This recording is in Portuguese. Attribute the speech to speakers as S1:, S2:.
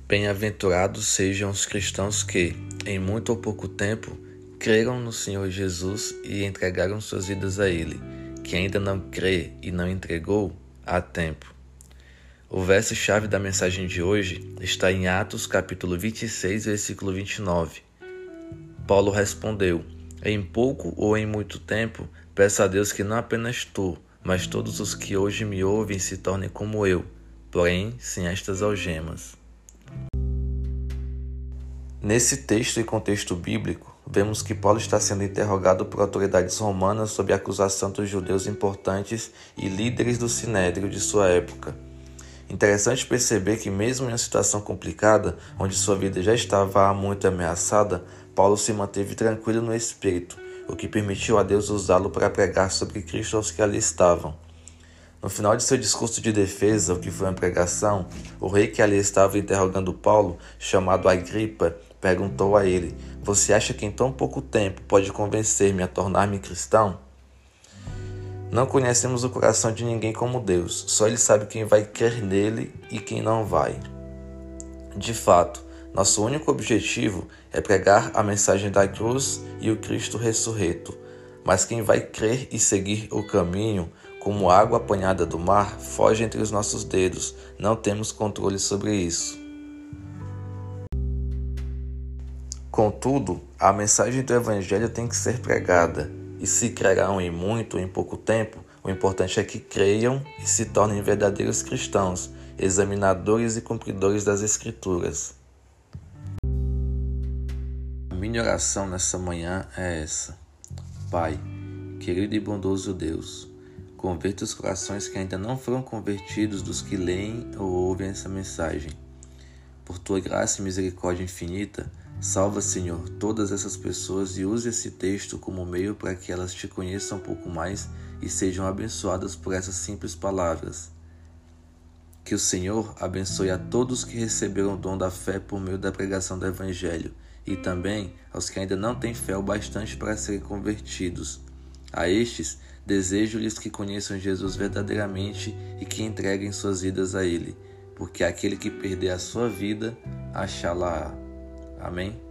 S1: Bem-aventurados sejam os cristãos que, em muito ou pouco tempo, creram no Senhor Jesus e entregaram suas vidas a Ele. Que ainda não crê e não entregou, há tempo. O verso-chave da mensagem de hoje está em Atos capítulo 26, versículo 29. Paulo respondeu: em pouco ou em muito tempo, peço a Deus que não apenas tu, mas todos os que hoje me ouvem se tornem como eu, porém sem estas algemas. Nesse texto e contexto bíblico, vemos que Paulo está sendo interrogado por autoridades romanas sob a acusação dos judeus importantes e líderes do sinédrio de sua época. Interessante perceber que mesmo em uma situação complicada, onde sua vida já estava muito ameaçada, Paulo se manteve tranquilo no espírito, o que permitiu a Deus usá-lo para pregar sobre Cristo aos que ali estavam. No final de seu discurso de defesa, o que foi uma pregação, o rei que ali estava interrogando Paulo, chamado Agripa, perguntou a ele: você acha que em tão pouco tempo pode convencer-me a tornar-me cristão? Não conhecemos o coração de ninguém como Deus, só Ele sabe quem vai crer nele e quem não vai. De fato, nosso único objetivo é pregar a mensagem da cruz e o Cristo ressurreto, mas quem vai crer e seguir o caminho, como água apanhada do mar, foge entre os nossos dedos, não temos controle sobre isso. Contudo, a mensagem do Evangelho tem que ser pregada, e se crerão em muito ou em pouco tempo, o importante é que creiam e se tornem verdadeiros cristãos, examinadores e cumpridores das Escrituras. A minha oração nessa manhã é essa: Pai, querido e bondoso Deus, converta os corações que ainda não foram convertidos dos que leem ou ouvem essa mensagem. Por tua graça e misericórdia infinita, salva, Senhor, todas essas pessoas e use esse texto como meio para que elas te conheçam um pouco mais e sejam abençoadas por essas simples palavras. Que o Senhor abençoe a todos que receberam o dom da fé por meio da pregação do Evangelho e também aos que ainda não têm fé o bastante para serem convertidos. A estes, desejo-lhes que conheçam Jesus verdadeiramente e que entreguem suas vidas a Ele, porque aquele que perder a sua vida, achá-la-á. Amém?